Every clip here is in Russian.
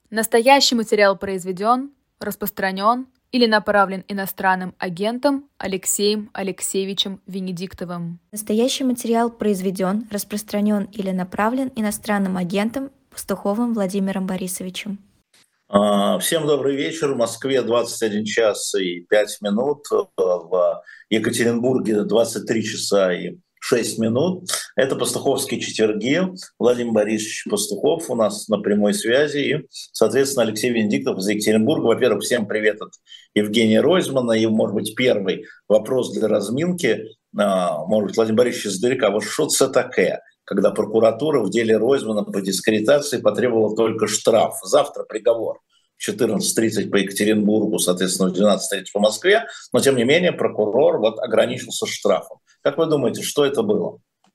Настоящий материал произведен, распространен или направлен иностранным агентом Алексеем Алексеевичем Венедиктовым. Настоящий материал произведен, распространен или направлен иностранным агентом Пастуховым Владимиром Борисовичем. Всем добрый вечер. В Москве 21 час и 5 минут. В Екатеринбурге 23 часа и 6 минут. Это «Пастуховские четверги». Владимир Борисович Пастухов у нас на прямой связи. И, соответственно, Алексей Венедиктов из Екатеринбурга. Во-первых, всем привет от Евгения Ройзмана. И, может быть, первый вопрос для разминки. Может быть, Владимир Борисович издалека. Вот что это такое, когда прокуратура в деле Ройзмана по дискредитации потребовала только штраф? Завтра приговор в 14:30 по Екатеринбургу, соответственно, в 12:30 по Москве. Но, тем не менее, прокурор ограничился штрафом. Как вы думаете, что это было?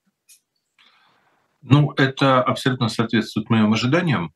Это абсолютно соответствует моим ожиданиям.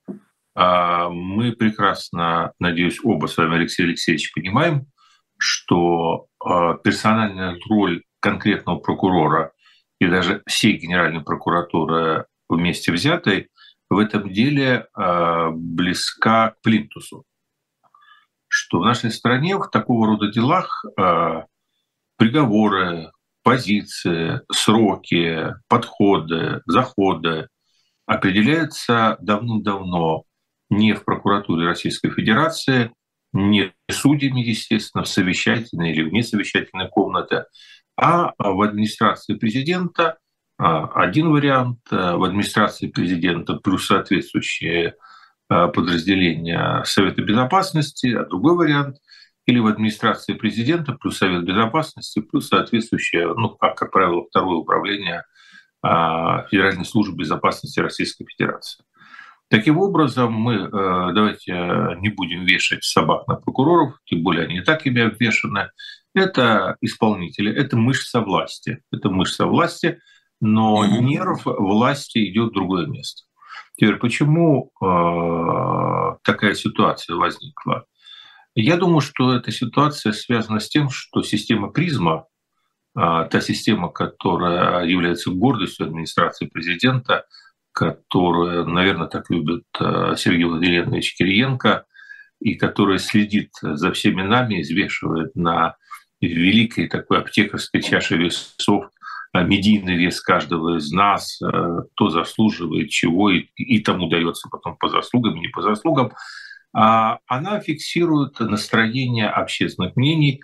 Мы прекрасно, надеюсь, оба с вами, Алексей Алексеевич, понимаем, что персональная роль конкретного прокурора и даже всей Генеральной прокуратуры вместе взятой в этом деле близка к плинтусу. Что в нашей стране в такого рода делах приговоры, позиции, сроки, подходы, заходы определяются давным-давно не в прокуратуре Российской Федерации, не судьями, естественно, в совещательной или вне совещательной комнаты, а в администрации президента один вариант, в администрации президента плюс соответствующие подразделения Совета Безопасности, а другой вариант — или в администрации президента плюс Совет Безопасности плюс соответствующее, как правило, второе управление Федеральной службы безопасности Российской Федерации. Таким образом, мы давайте не будем вешать собак на прокуроров, тем более они и так ими обвешаны. Это исполнители, это мышца власти. Это мышца власти, но нерв власти идет в другое место. Теперь, почему такая ситуация возникла? Я думаю, что эта ситуация связана с тем, что система «Призма», та система, которая является гордостью администрации президента, которую, наверное, так любит Сергей Владимирович Кириенко, и которая следит за всеми нами, взвешивает на великой такой аптекарской чаше весов медийный вес каждого из нас, кто заслуживает чего, и тому дается потом по заслугам и не по заслугам. Она фиксирует настроение общественных мнений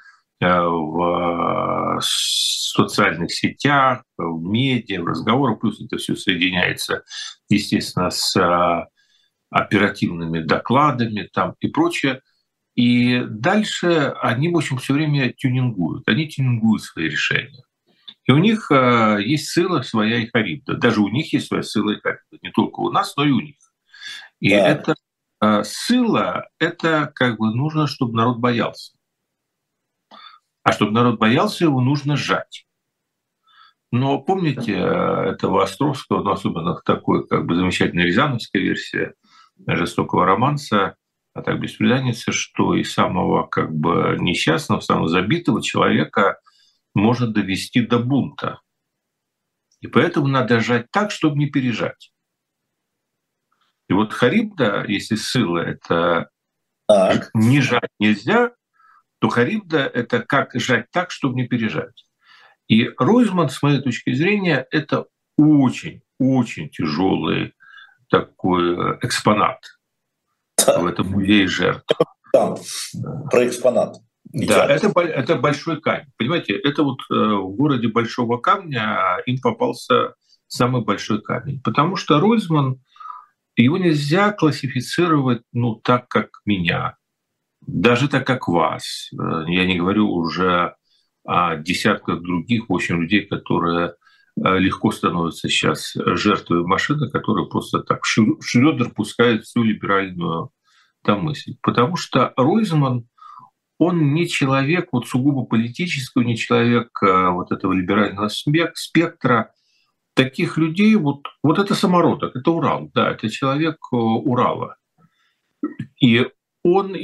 в социальных сетях, в медиа, в разговорах, плюс это все соединяется, естественно, с оперативными докладами там и прочее. И дальше они, в общем, все время тюнингуют. Они тюнингуют свои решения. И у них есть сила своя и харибда. Даже у них есть своя сила и харибда. Не только у нас, но и у них. И это сила, это нужно, чтобы народ боялся. А чтобы народ боялся, его нужно сжать. Но помните этого Островского, особенно в такой замечательной рязановской версии жестокого романса, а так беспреданница, что и самого несчастного, самого забитого человека может довести до бунта. И поэтому надо сжать так, чтобы не пережать. И вот харибда, если сила — это не жать нельзя, то харибда — это как сжать так, чтобы не пережать. И Ройзман, с моей точки зрения, это очень тяжелый такой экспонат в этом музее жертв. Про экспонат. Да, это большой камень. Понимаете, это в городе Большого Камня им попался самый большой камень. Потому что Ройзман, его нельзя классифицировать так, как меня, даже так, как вас. Я не говорю уже о десятках других, в общем, людей, которые легко становятся сейчас жертвой машины, которая просто так в шлёдер пускает всю либеральную мысль. Потому что Ройзман, он не человек сугубо политического, не человек этого либерального спектра. Таких людей, это самородок, это Урал, да, это человек Урала. И он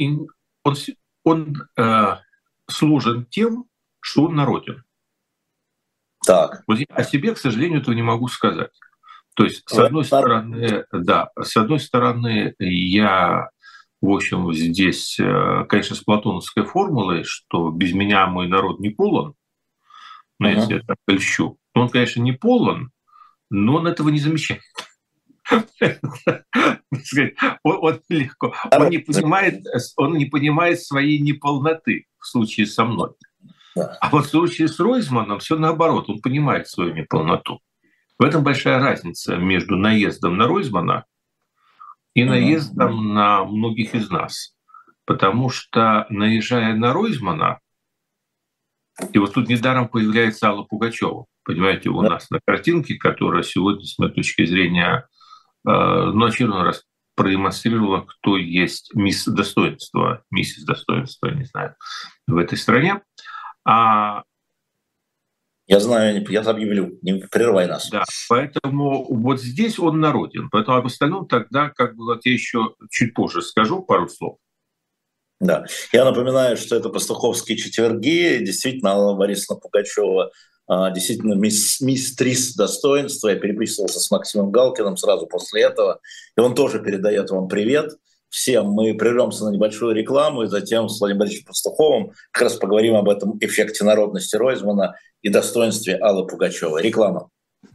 сложен тем, что он народен. Так. Я о себе, к сожалению, этого не могу сказать. То есть, с одной стороны, да, с одной стороны, я, в общем, здесь, конечно, с платоновской формулой, что без меня мой народ не полон, но если я так польщу, он, конечно, не полон, но он этого не замечает. Он легко. Он не понимает своей неполноты в случае со мной. А вот в случае с Ройзманом все наоборот. Он понимает свою неполноту. В этом большая разница между наездом на Ройзмана и наездом на многих из нас. Потому что, наезжая на Ройзмана, и вот тут недаром появляется Алла Пугачева. Понимаете, у нас на картинке, которая сегодня, с моей точки зрения, очередной раз продемонстрировала, кто есть мисс достоинства, миссис достоинства, не знаю, в этой стране. Я знаю, я объявлю, не прерывай нас. Да, поэтому вот здесь он народен. Поэтому об остальном тогда, как бы, вот я еще чуть позже скажу пару слов. Да, я напоминаю, что это пастуховские четверги. Действительно, Алла Борисовна Пугачева действительно мистрис достоинства. Я переписывался с Максимом Галкиным сразу после этого, и он тоже передает вам привет всем. Мы прервемся на небольшую рекламу, и затем с Владимиром Борисовичем Пастуховым как раз поговорим об этом эффекте народности Ройзмана и достоинстве Аллы Пугачевой. Реклама.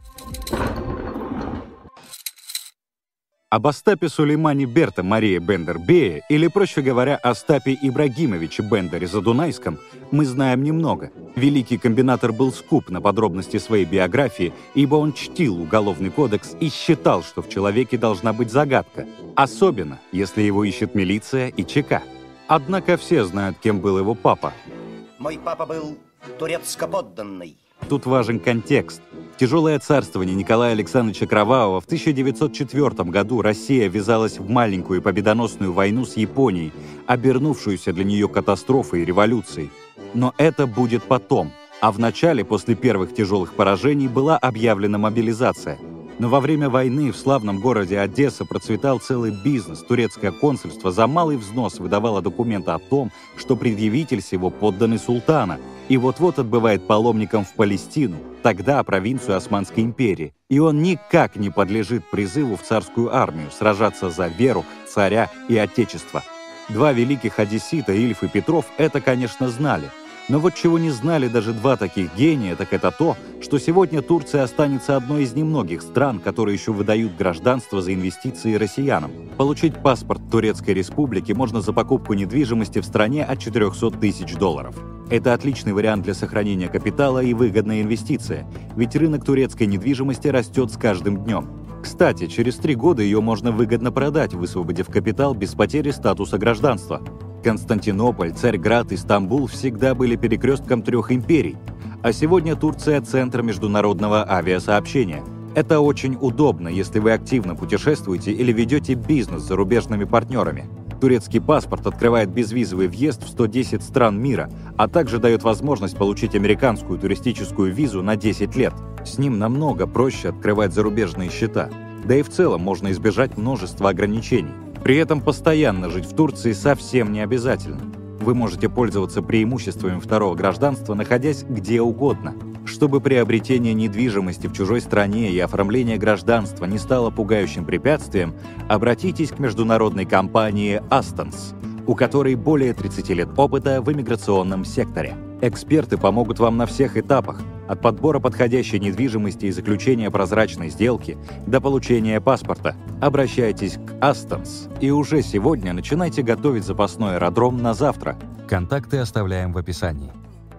Об Остапе Сулеймане Берта Марии Бендер-Бее, или, проще говоря, Остапе Ибрагимовиче Бендере-Задунайском, мы знаем немного. Великий комбинатор был скуп на подробности своей биографии, ибо он чтил Уголовный кодекс и считал, что в человеке должна быть загадка, особенно если его ищет милиция и ЧК. Однако все знают, кем был его папа. Мой папа был турецко-подданный. Тут важен контекст. В тяжелое царствование Николая Александровича Кровавого в 1904 году Россия ввязалась в маленькую победоносную войну с Японией, обернувшуюся для нее катастрофой и революцией. Но это будет потом. А в начале, после первых тяжелых поражений, была объявлена мобилизация. Но во время войны в славном городе Одесса процветал целый бизнес. Турецкое консульство за малый взнос выдавало документы о том, что предъявитель сего подданный султана, и вот-вот отбывает паломником в Палестину, тогда провинцию Османской империи. И он никак не подлежит призыву в царскую армию сражаться за веру, царя и отечество. Два великих одессита, Ильф и Петров, это, конечно, знали. Но вот чего не знали даже два таких гения, так это то, что сегодня Турция останется одной из немногих стран, которые еще выдают гражданство за инвестиции россиянам. Получить паспорт Турецкой Республики можно за покупку недвижимости в стране от $400 тысяч. Это отличный вариант для сохранения капитала и выгодная инвестиция, ведь рынок турецкой недвижимости растет с каждым днем. Кстати, через 3 года ее можно выгодно продать, высвободив капитал без потери статуса гражданства. Константинополь, Царьград и Стамбул всегда были перекрестком 3 империй, а сегодня Турция – центр международного авиасообщения. Это очень удобно, если вы активно путешествуете или ведете бизнес с зарубежными партнерами. Турецкий паспорт открывает безвизовый въезд в 110 стран мира, а также дает возможность получить американскую туристическую визу на 10 лет. С ним намного проще открывать зарубежные счета. Да и в целом можно избежать множества ограничений. При этом постоянно жить в Турции совсем не обязательно. Вы можете пользоваться преимуществами второго гражданства, находясь где угодно. Чтобы приобретение недвижимости в чужой стране и оформление гражданства не стало пугающим препятствием, обратитесь к международной компании Astons, у которой более 30 лет опыта в иммиграционном секторе. Эксперты помогут вам на всех этапах, от подбора подходящей недвижимости и заключения прозрачной сделки до получения паспорта. Обращайтесь к Astons и уже сегодня начинайте готовить запасной аэродром на завтра. Контакты оставляем в описании.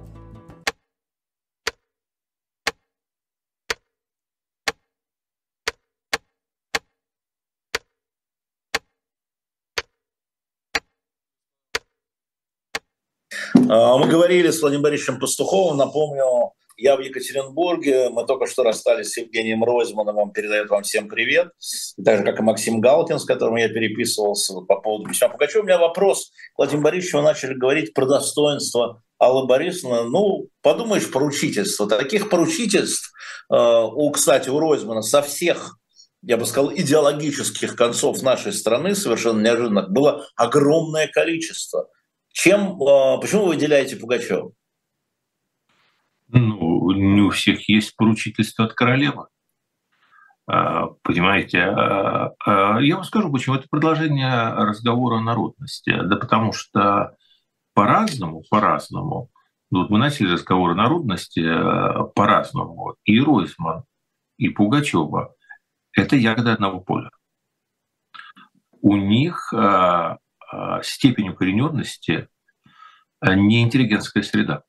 Мы говорили с Владимиром Борисовичем Пастуховым. Напомню, я в Екатеринбурге. Мы только что расстались с Евгением Ройзманом. Он передает вам всем привет. Так же, как и Максим Галкин, с которым я переписывался по поводу письма Пугачева. У меня вопрос к Владимиру Борисовичу. Вы начали говорить про достоинство Аллы Борисовны. Ну, подумаешь, поручительство. Таких поручительств, кстати, у Ройзмана со всех, я бы сказал, идеологических концов нашей страны, совершенно неожиданных, было огромное количество. Почему вы выделяете Пугачева? Ну, не у всех есть поручительство от королевы. Понимаете, я вам скажу, почему. Это продолжение разговора о народности. Да потому что по-разному, вот мы начали разговор о народности по-разному. И Ройзман, и Пугачева — это ягоды одного поля. У них степень укорененности не интеллигентская среда.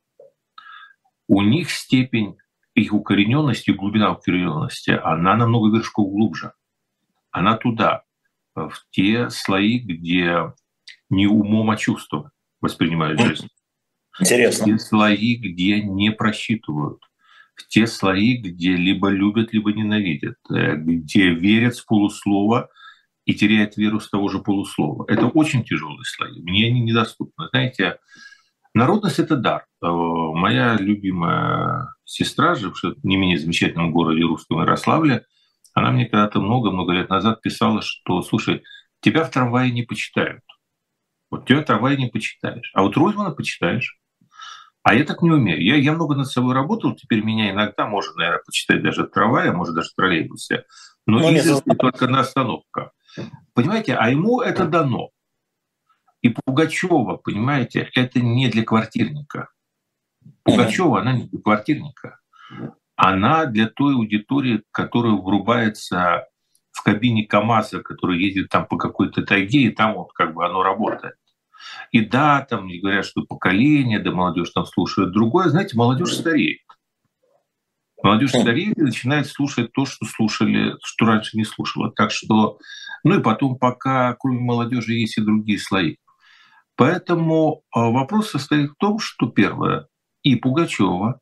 У них степень их укорененности, глубина укорененности, она намного вершков глубже. Она туда, в те слои, где не умом, а чувством воспринимают жизнь. Интересно. В те слои, где не просчитывают. В те слои, где либо любят, либо ненавидят. Где верят с полуслова и теряют веру с того же полуслова. Это очень тяжелые слои. Мне они недоступны. Знаете, народность — это дар. Моя любимая сестра, жившая в не менее замечательном городе русском Ярославле, она мне когда-то много-много лет назад писала, что, слушай, тебя в трамвае не почитают. Вот тебя в трамвае не почитаешь. А вот Ройзмана почитаешь. А я так не умею. Я много над собой работал, теперь меня иногда можно, наверное, почитать даже в трамвае, может, даже в троллейбусе. Но изредка только на остановках. Понимаете, а ему это дано. И Пугачева, понимаете, это не для квартирника. Пугачева, она не для квартирника. Она для той аудитории, которая врубается в кабине КамАЗа, который едет там по какой-то тайге, и там вот как бы оно работает. И да, там говорят, что поколение, да молодежь там слушает другое. Знаете, молодежь стареет. Молодежь стареет и начинает слушать то, что слушали, что раньше не слушала. Так что, ну и потом, пока кроме молодежи есть и другие слои. Поэтому вопрос состоит в том, что первое, и Пугачева,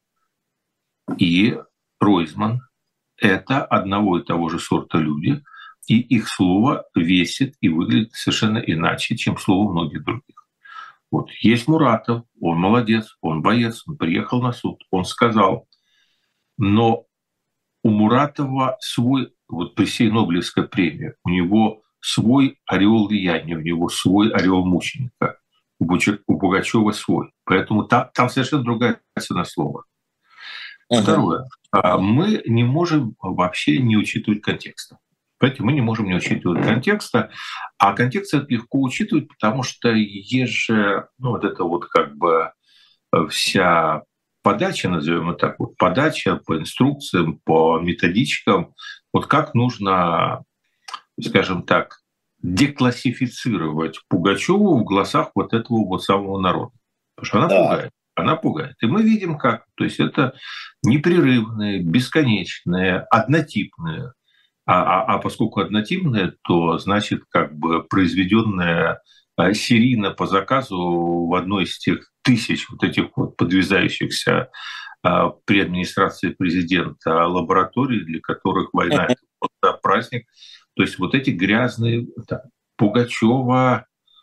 и Ройзман — это одного и того же сорта люди, и их слово весит и выглядит совершенно иначе, чем слово многих других. Вот есть Муратов, он молодец, он боец, он приехал на суд, он сказал, но у Муратова свой, вот при всей Нобелевской премии, у него свой ореол влияния, у него свой ореол мученика, у Пугачева свой. Поэтому там совершенно другая цена слова. Второе. Мы не можем вообще не учитывать контекста. Понимаете, мы не можем не учитывать контекста, а контекст это легко учитывать, потому что есть же, ну, вот это вот как бы вся подача, назовем это так, вот подача по инструкциям, по методичкам, вот как нужно, скажем так, деклассифицировать Пугачеву в глазах вот этого вот самого народа. Потому что она пугает. Она пугает. И мы видим как. То есть это непрерывные, бесконечные, однотипные. А поскольку однотипные, то значит как бы произведенные серийно по заказу в одной из тех тысяч вот этих вот подвязающихся при администрации президента лабораторий, для которых война — это просто праздник. То есть вот эти грязные... Пугачева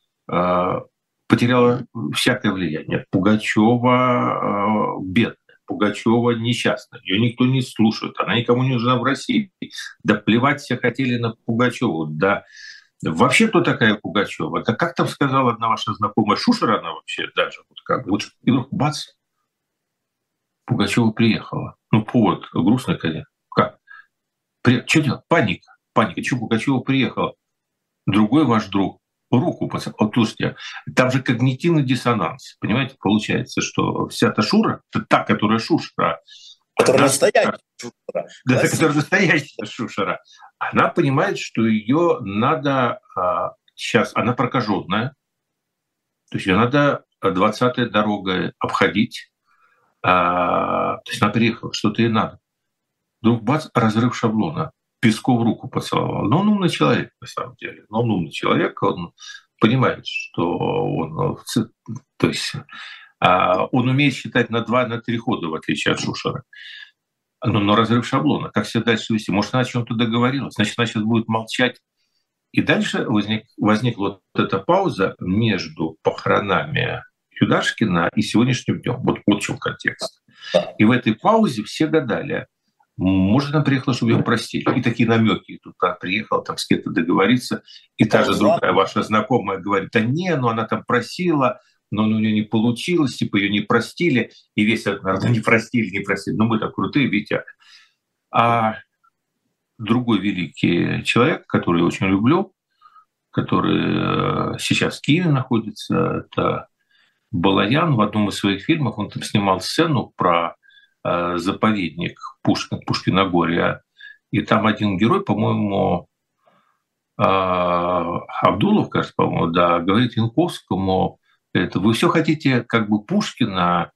потеряла всякое влияние. Пугачева бедная. Пугачева несчастная. Ее никто не слушает. Она никому не нужна в России. Да плевать все хотели на Пугачеву. Да вообще кто такая Пугачева? Да как там сказала одна ваша знакомая, Шушера она вообще даже. Вот как. Вот, и вдруг бац, Пугачева приехала. Ну, повод грустный, конечно. Как? Что делать? Паника. Что Пугачева приехала? Другой ваш друг руку вот, слушайте, там же когнитивный диссонанс. Понимаете, получается, что вся та Шура, та, которая Шушера, которая настоящая Шушера. Да, которая настоящая Шушера. Она понимает, что ее надо сейчас, она прокаженная, то есть ее надо 20-й дорогой обходить. То есть она приехала, что-то ей надо. Вдруг бац, разрыв шаблона. Песков руку поцеловал. Но он умный человек, на самом деле. Но он умный человек, он понимает, что он... То есть он умеет считать на 2, на 3 хода, в отличие от Шушера. Но разрыв шаблона. Как себя дальше вести? Может, она о чем-то договорилась? Значит, она сейчас будет молчать. И дальше возникла вот эта пауза между похоронами Юдашкина и сегодняшним днем. Вот в чем контекст. И в этой паузе все гадали, может, она приехала, чтобы ее простили. И такие намеки. Тут она приехала там с кем-то договориться. И та же другая ваша знакомая говорит, да не, ну она там просила, но у нее не получилось, типа ее не простили. И весь этот народ, не простили. Ну мы так крутые, Витя. другой великий человек, который я очень люблю, который сейчас в Киеве находится, это Балаян. В одном из своих фильмов он там снимал сцену про заповедник Пушкиногорья. И там один герой, по-моему, Абдулов, кажется, по-моему, да, говорит Янковскому, это вы все хотите как бы Пушкина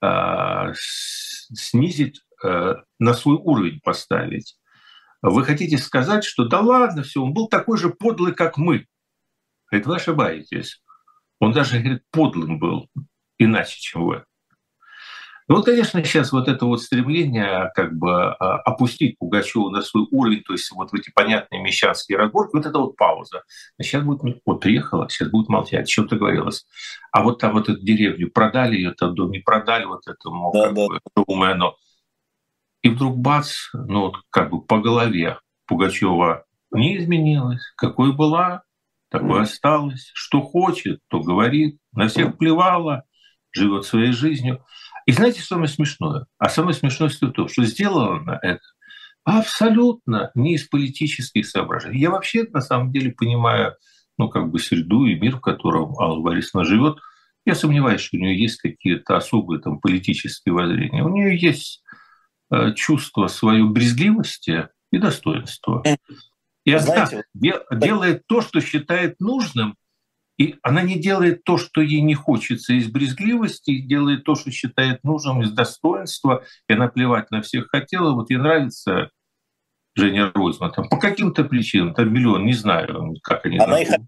снизить, на свой уровень поставить. Вы хотите сказать, что да ладно, все, он был такой же подлый, как мы. Говорит, вы ошибаетесь. Он даже, говорит, подлым был, иначе, чем вы. Ну, вот, конечно, сейчас вот это вот стремление как бы опустить Пугачёва на свой уровень, то есть вот в эти понятные мещанские разборки, вот это вот пауза. Сейчас будет, вот приехала, сейчас будет молчать, что-то говорилось. А вот там вот эту деревню продали, ее там дом не продали, вот этому, Да, как да. бы, думаю, оно. И вдруг бац, ну вот как бы по голове Пугачёва не изменилась. Какой была, такой осталась. Что хочет, то говорит. На всех плевала, живет своей жизнью. И знаете, что самое смешное? А самое смешное то, что сделала она это абсолютно не из политических соображений. Я вообще, на самом деле, понимаю, ну, как бы среду и мир, в котором Алла Борисовна живет. Я сомневаюсь, что у нее есть какие-то особые там политические воззрения. У нее есть чувство своей брезгливости и достоинства. И она Знаете, делает то, что считает нужным, и она не делает то, что ей не хочется из брезгливости, и делает то, что считает нужным из достоинства, и она плевать на всех хотела. Вот ей нравится Женя Ройзман там, по каким-то причинам, там миллион, не знаю, как они она их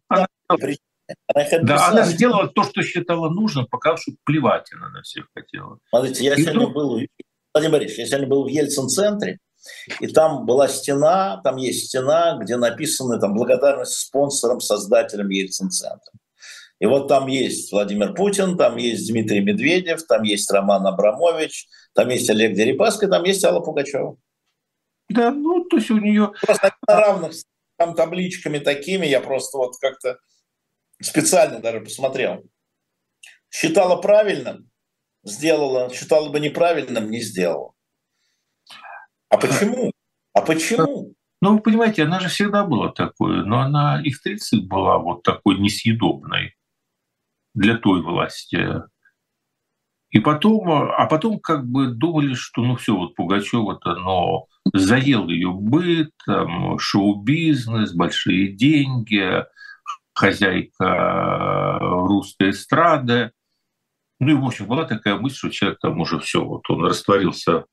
она сделала то, что считала нужным, пока что плевать она на всех хотела. Смотрите, я сегодня был, Владимир Борисович, я сегодня был в Ельцин-центре, и там была стена, там есть стена, где написаны там благодарность спонсорам, создателям Ельцин-центра. И вот там есть Владимир Путин, там есть Дмитрий Медведев, там есть Роман Абрамович, там есть Олег Дерипаска, там есть Алла Пугачева. Да, ну, то есть у нее... Просто на равных там табличками такими, я просто вот как-то специально даже посмотрел. Считала правильным, сделала, считала бы неправильным, не сделала. А почему? А почему? Ну, вы понимаете, она же всегда была такой, но она и в 30 была вот такой несъедобной для той власти. И потом как бы думали, что ну все, вот Пугачёва-то, но заел ее быт, там, шоу-бизнес, большие деньги, хозяйка русской эстрады. Ну и, в общем, была такая мысль, что человек там уже все, вот он растворился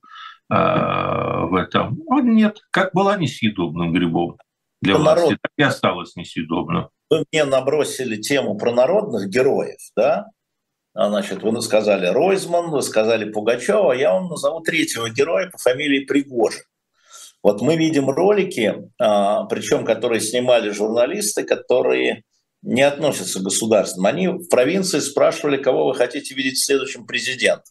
в этом. А нет, как была несъедобным грибом для власти, так и осталась несъедобным. Вы мне набросили тему про народных героев, да? Значит, вы сказали Ройзман, вы сказали Пугачева, я вам назову третьего героя по фамилии Пригожин. Вот мы видим ролики, причем которые снимали журналисты, которые не относятся к государствам. Они в провинции спрашивали, кого вы хотите видеть следующим президентом.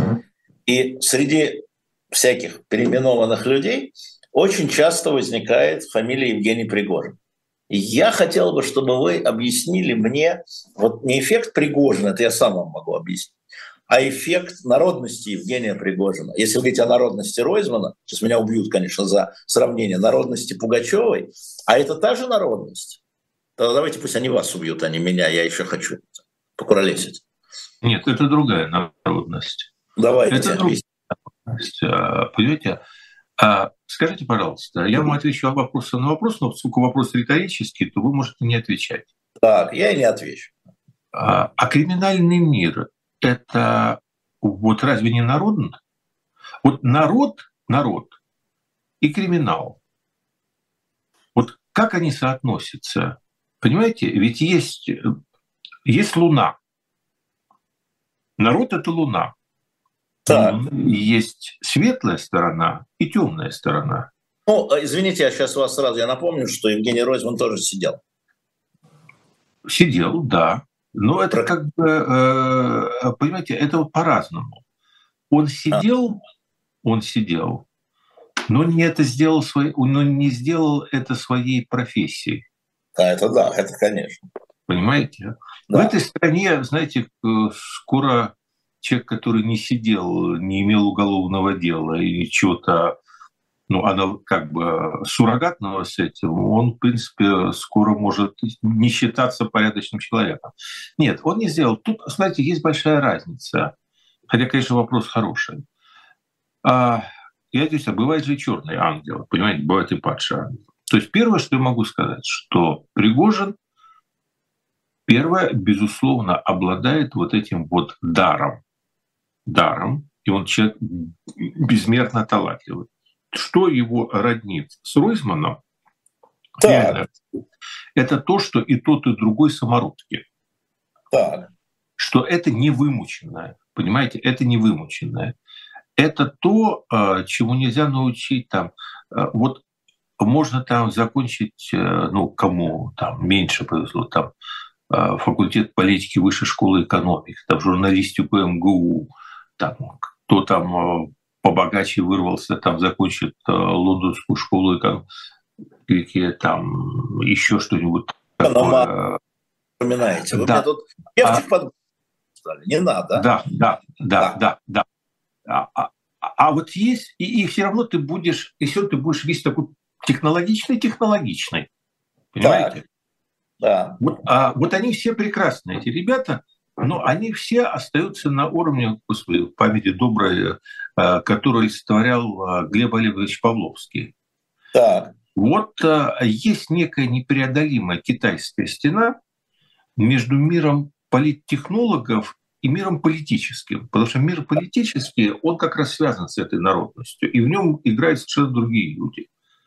И среди всяких переименованных людей очень часто возникает фамилия Евгений Пригожин. И я хотел бы, чтобы вы объяснили мне, вот не эффект Пригожина, это я сам вам могу объяснить, а эффект народности Евгения Пригожина. Если вы говорите о народности Ройзмана, сейчас меня убьют, конечно, за сравнение народности Пугачевой, а это та же народность. Тогда давайте пусть они вас убьют, а не меня, я еще хочу покуролесить. Нет, это другая народность. Давайте. Это другая народность. Понимаете? Скажите, пожалуйста, я вам отвечу на вопрос, но поскольку вопрос риторический, то вы можете не отвечать. Так, я и не отвечу. А криминальный мир – это вот разве не народно? Вот народ и криминал. Вот как они соотносятся? Понимаете, ведь есть Луна. Народ – это Луна. Так. Есть светлая сторона и темная сторона. Ну, извините, я сейчас вас сразу, я напомню, что Евгений Ройзман тоже сидел. Сидел, да. Но это как бы, понимаете, это вот по-разному. Он сидел, но не сделал это своей профессией. Это да, это конечно. Понимаете? Да. В этой стране, знаете, скоро человек, который не сидел, не имел уголовного дела и чего-то ну, она как бы суррогатного с этим, он, в принципе, скоро может не считаться порядочным человеком. Нет, он не сделал. Тут, знаете, есть большая разница. Хотя, конечно, вопрос хороший. Я здесь, бывает же черный ангел, понимаете, бывает и падший ангел. То есть первое, что я могу сказать, что Пригожин, первое, безусловно, обладает вот этим вот даром, и он человек безмерно талантливый. Что его роднит с Ройзманом, реально, это то, что и тот, и другой самородки. Так. Что это не вымученное, понимаете, это не вымученное. Это то, чему нельзя научить там. Вот можно там закончить, ну, кому там меньше повезло, там факультет политики Высшей школы экономики, там журналистику МГУ, там, кто там побогаче вырвался, там закончит Лондонскую школу экономики, там еще что-нибудь такое. Вспоминаете. Вы да. мне тут Певчих подстали. Не надо. Да. А вот есть, и все равно ты будешь, если ты будешь весь такой технологичный, понимаете? Да. Вот они все прекрасные, эти ребята, но они все остаются на уровне, господи, памяти доброй, которую олицетворял Глеб Олегович Павловский. Так. Вот есть некая непреодолимая китайская стена между миром политтехнологов и миром политическим. Потому что мир политический, он как раз связан с этой народностью, и в нем играют совершенно другие люди.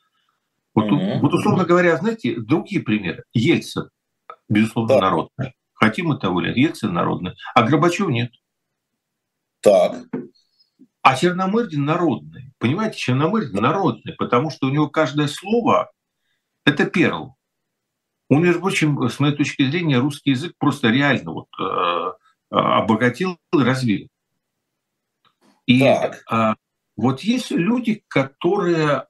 Вот условно говоря, знаете, другие примеры. Ельцин, безусловно, народный. Хотим мы того или нет, Ельцин народный. А Горбачев нет. Так. А Черномырдин народный. Понимаете, Черномырдин народный, потому что у него каждое слово – это перл. Он, между прочим, с моей точки зрения, русский язык просто реально вот, обогатил и развил. И вот есть люди, которые…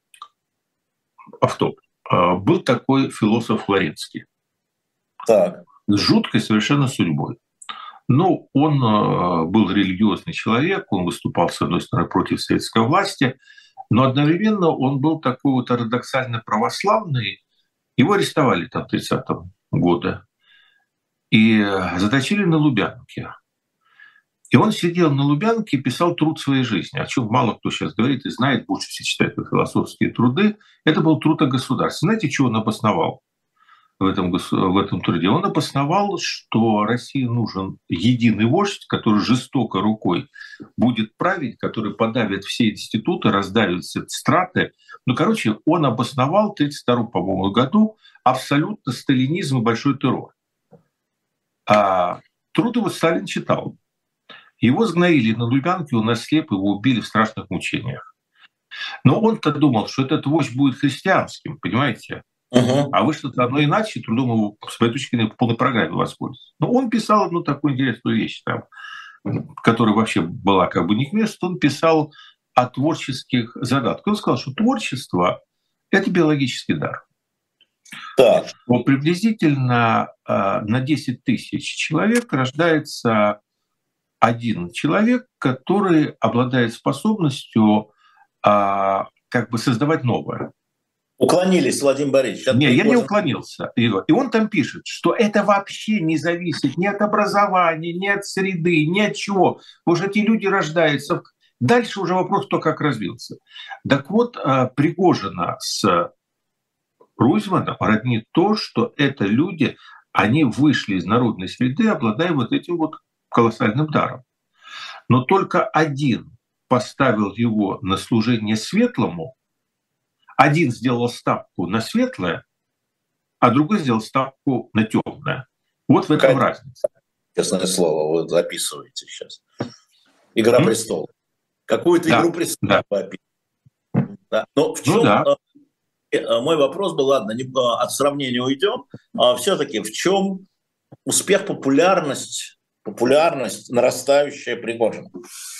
Автоп. Был такой философ Флоренский. Так. С жуткой совершенно судьбой. Ну, он был религиозный человек, он выступал, с одной стороны, против советской власти, но одновременно он был такой вот ортодоксально православный. Его арестовали там в 30-м году и заточили на Лубянке. И он сидел на Лубянке и писал труд своей жизни, о чем мало кто сейчас говорит и знает, больше все читают философские труды. Это был труд о государстве. Знаете, что он обосновал в этом труде? Он обосновал, что России нужен единый вождь, который жестоко рукой будет править, который подавит все институты, раздавит все страты. Ну, короче, он обосновал в 1932, по-моему, году абсолютно сталинизм и большой террор. А труд его Сталин читал. Его сгноили на Лубянке, он ослеп, его убили в страшных мучениях. Но он-то думал, что этот вождь будет христианским, понимаете? А вышло-то оно иначе, трудом его, с моей точки зрения, в полной программе воспользоваться. Но он писал одну такую интересную вещь, там, которая вообще была как бы не к месту. Он писал о творческих задатках. Он сказал, что творчество – это биологический дар. Так. Что приблизительно на 10 тысяч человек рождается один человек, который обладает способностью как бы создавать новое. Уклонились, Владимир Борисович. Не, я не уклонился. И он там пишет, что это вообще не зависит ни от образования, ни от среды, ни от чего. Потому что эти люди рождаются. Дальше уже вопрос, кто как развился. Так вот, Пригожина с Ройзманом роднит то, что это люди, они вышли из народной среды, обладая вот этим вот колоссальным даром. Но только один поставил его на служение светлому, один сделал ставку на светлое, а другой сделал ставку на темное. Вот в этом разница. Честное слово, вы записываете сейчас. «Игра престолов». Какую-то «Игру престолов» описываете. Да. Но в чем мой вопрос был, ладно, от сравнения уйдем, все-таки в чем успех, популярность нарастающая Пригожина?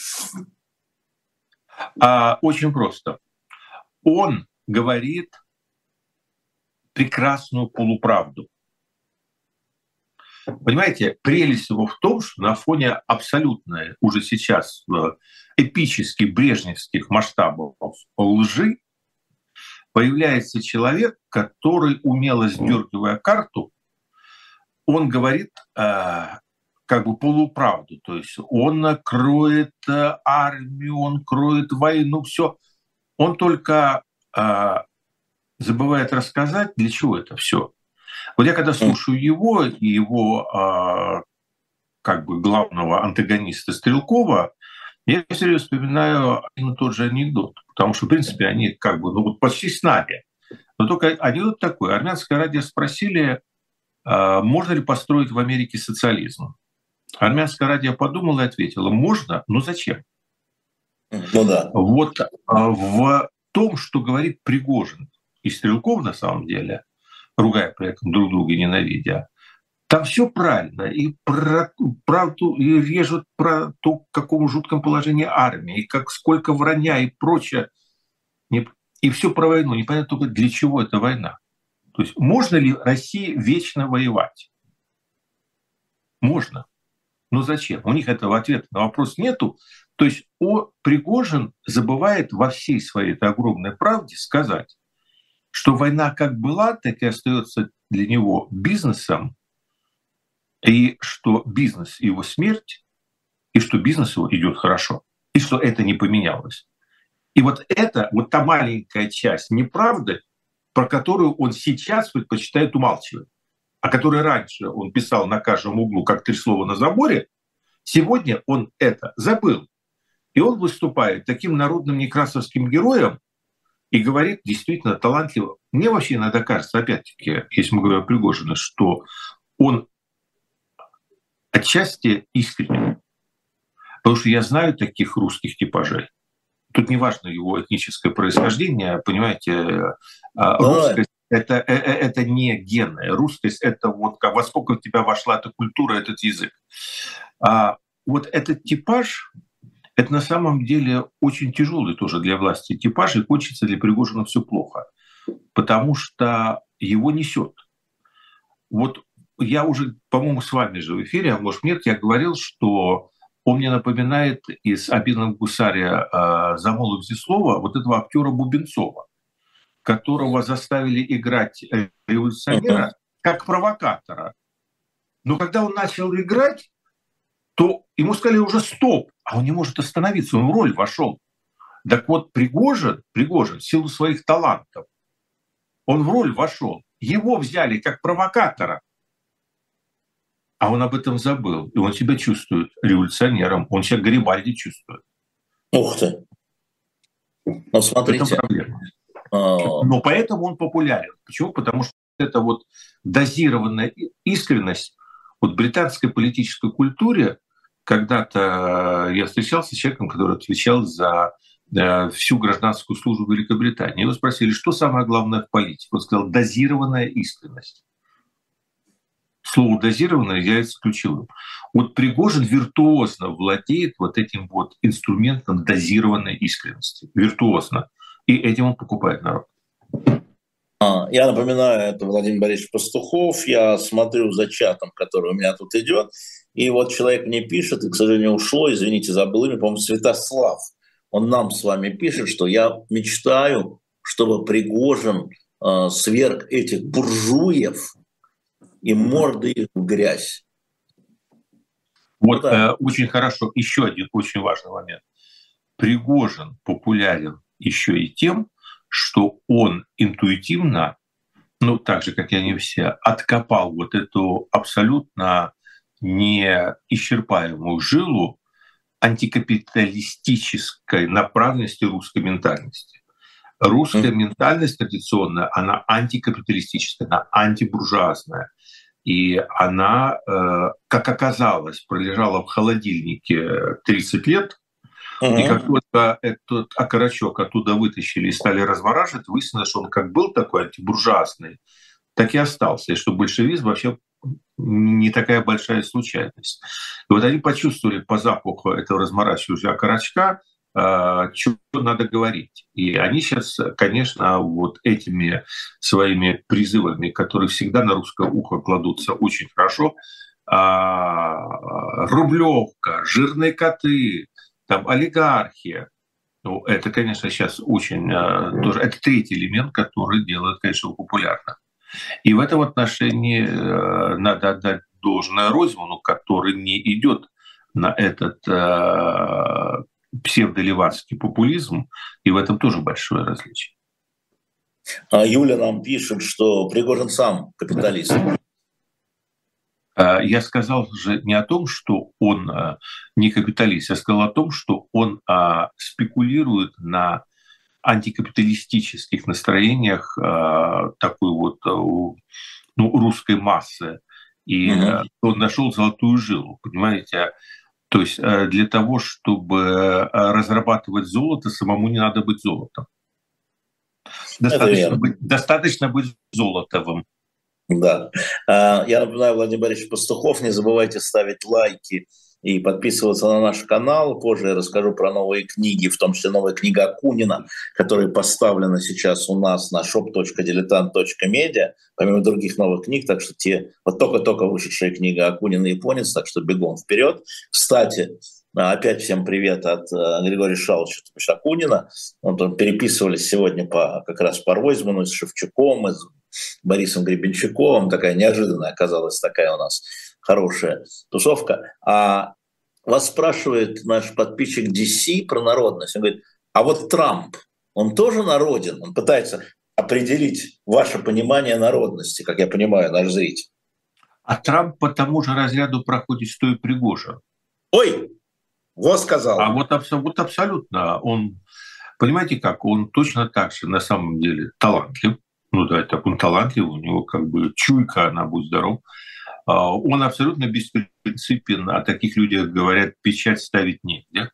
Очень просто. Он говорит прекрасную полуправду. Понимаете, прелесть его в том, что на фоне абсолютно уже сейчас эпических брежневских масштабов лжи появляется человек, который, умело сдергивая карту, он говорит как бы полуправду. То есть он кроет армию, он кроет войну, все. Он только забывает рассказать, для чего это все. Вот я когда слушаю его и его как бы главного антагониста Стрелкова, я все время вспоминаю один и тот же анекдот, потому что, в принципе, они как бы вот почти с нами. Но только анекдот такой. Армянское радио спросили, можно ли построить в Америке социализм. Армянское радио подумало и ответило, можно, но зачем? Ну да. Вот в том, что говорит Пригожин и Стрелков на самом деле, ругая при этом друг друга и ненавидя, там все правильно. И про правду и режут про то, в каком жутком положении армии, и как сколько вранья и прочее. И все про войну. Непонятно только, для чего эта война. То есть можно ли России вечно воевать? Можно. Но зачем? У них этого ответа на вопрос нету. То есть Пригожин забывает во всей своей этой огромной правде сказать, что война как была, так и остается для него бизнесом, и что бизнес — его смерть, и что бизнес его идет хорошо, и что это не поменялось. И вот это, вот та маленькая часть неправды, про которую он сейчас предпочитает умалчивать, о которой раньше он писал на каждом углу, как 3 слова на заборе, сегодня он это забыл. И он выступает таким народным некрасовским героем и говорит действительно талантливо. Мне вообще иногда кажется, опять-таки, если мы говорим о Пригожине, что он отчасти искренен. Потому что я знаю таких русских типажей. Тут не важно его этническое происхождение, понимаете, русскость это не гены. Русскость — это вот во сколько в тебя вошла эта культура, этот язык. Вот этот типаж — это на самом деле очень тяжелый тоже для власти типаж, и кончится для Пригожина все плохо, потому что его несет. Вот я уже, по-моему, с вами же в эфире, а может нет, я говорил, что он мне напоминает из «Обидного гусаря» Замола Взяслова вот этого актера Бубенцова, которого заставили играть революционера как провокатора. Но когда он начал играть, то ему сказали уже стоп, а он не может остановиться, он в роль вошел. Так вот, Пригожин, в силу своих талантов, он в роль вошел. Его взяли как провокатора, а он об этом забыл. И он себя чувствует революционером, он себя Гарибальди чувствует. Ух ты. Ну, смотрите. Но поэтому он популярен. Почему? Потому что это вот дозированная искренность. Вот в британской политической культуре когда-то я встречался с человеком, который отвечал за всю гражданскую службу в Великобритании. Его спросили, что самое главное в политике. Он сказал, дозированная искренность. Слово «дозированное» является ключевым. Вот Пригожин виртуозно владеет вот этим вот инструментом дозированной искренности. Виртуозно. И этим он покупает народ. Я напоминаю, это Владимир Борисович Пастухов. Я смотрю за чатом, который у меня тут идет. И вот человек мне пишет, и, к сожалению, ушло, извините, забыл имя, по-моему, Святослав. Он нам с вами пишет, что я мечтаю, чтобы Пригожин сверг этих буржуев и морды их в грязь. Вот очень хорошо. Еще один очень важный момент. Пригожин популярен еще и тем, что он интуитивно, ну так же, как и они все, откопал вот эту абсолютно неисчерпаемую жилу антикапиталистической направленности русской ментальности. Русская ментальность традиционная, она антикапиталистическая, она антибуржуазная. И она, как оказалось, пролежала в холодильнике 30 лет, и как только этот окорочок оттуда вытащили и стали разворачивать, выяснилось, что он как был такой антибуржуазный, так и остался. И что большевизм вообще не такая большая случайность. И вот они почувствовали по запаху этого разморачивающего окорочка, что надо говорить. И они сейчас, конечно, вот этими своими призывами, которые всегда на русское ухо кладутся очень хорошо, Рублевка, жирные коты, там олигархи. Ну, это, конечно, сейчас очень тоже... Это третий элемент, который делает, конечно, его популярным. И в этом отношении надо отдать должное Ройзману, который не идет на этот псевдоливацкий популизм, и в этом тоже большое различие. А Юля нам пишет, что Пригожин сам капиталист. Я сказал же не о том, что он не капиталист, я сказал о том, что он спекулирует на антикапиталистических настроениях такой вот русской массы. И он нашел золотую жилу, понимаете? То есть для того, чтобы разрабатывать золото, самому не надо быть золотом. Достаточно быть золотовым. Да. Я напоминаю, Владимир Борисович Пастухов. Не забывайте ставить лайки и подписываться на наш канал. Позже я расскажу про новые книги, в том числе новая книга Акунина, которая поставлена сейчас у нас на shop.diletant.media, помимо других новых книг. Так что те вот только-только вышедшая книга Акунина «Японец», так что бегом вперед. Кстати, опять всем привет от Григория Шаловича Акунина. Переписывались сегодня как раз по Ройзману с Шевчуком, с Борисом Гребенщиковым. Такая неожиданная оказалась такая у нас хорошая тусовка. А вас спрашивает наш подписчик DC про народность. Он говорит, а вот Трамп, он тоже народен? Он пытается определить ваше понимание народности, как я понимаю, наш зритель. А Трамп по тому же разряду проходит, что и Пригожин. Ой, вот сказал. А вот абсолютно. Он, понимаете как, он точно так же на самом деле талантлив. Ну да, так он талантлив, у него как бы чуйка, она будь здоров. Он абсолютно беспринципен, о таких людях говорят, печать ставить негде.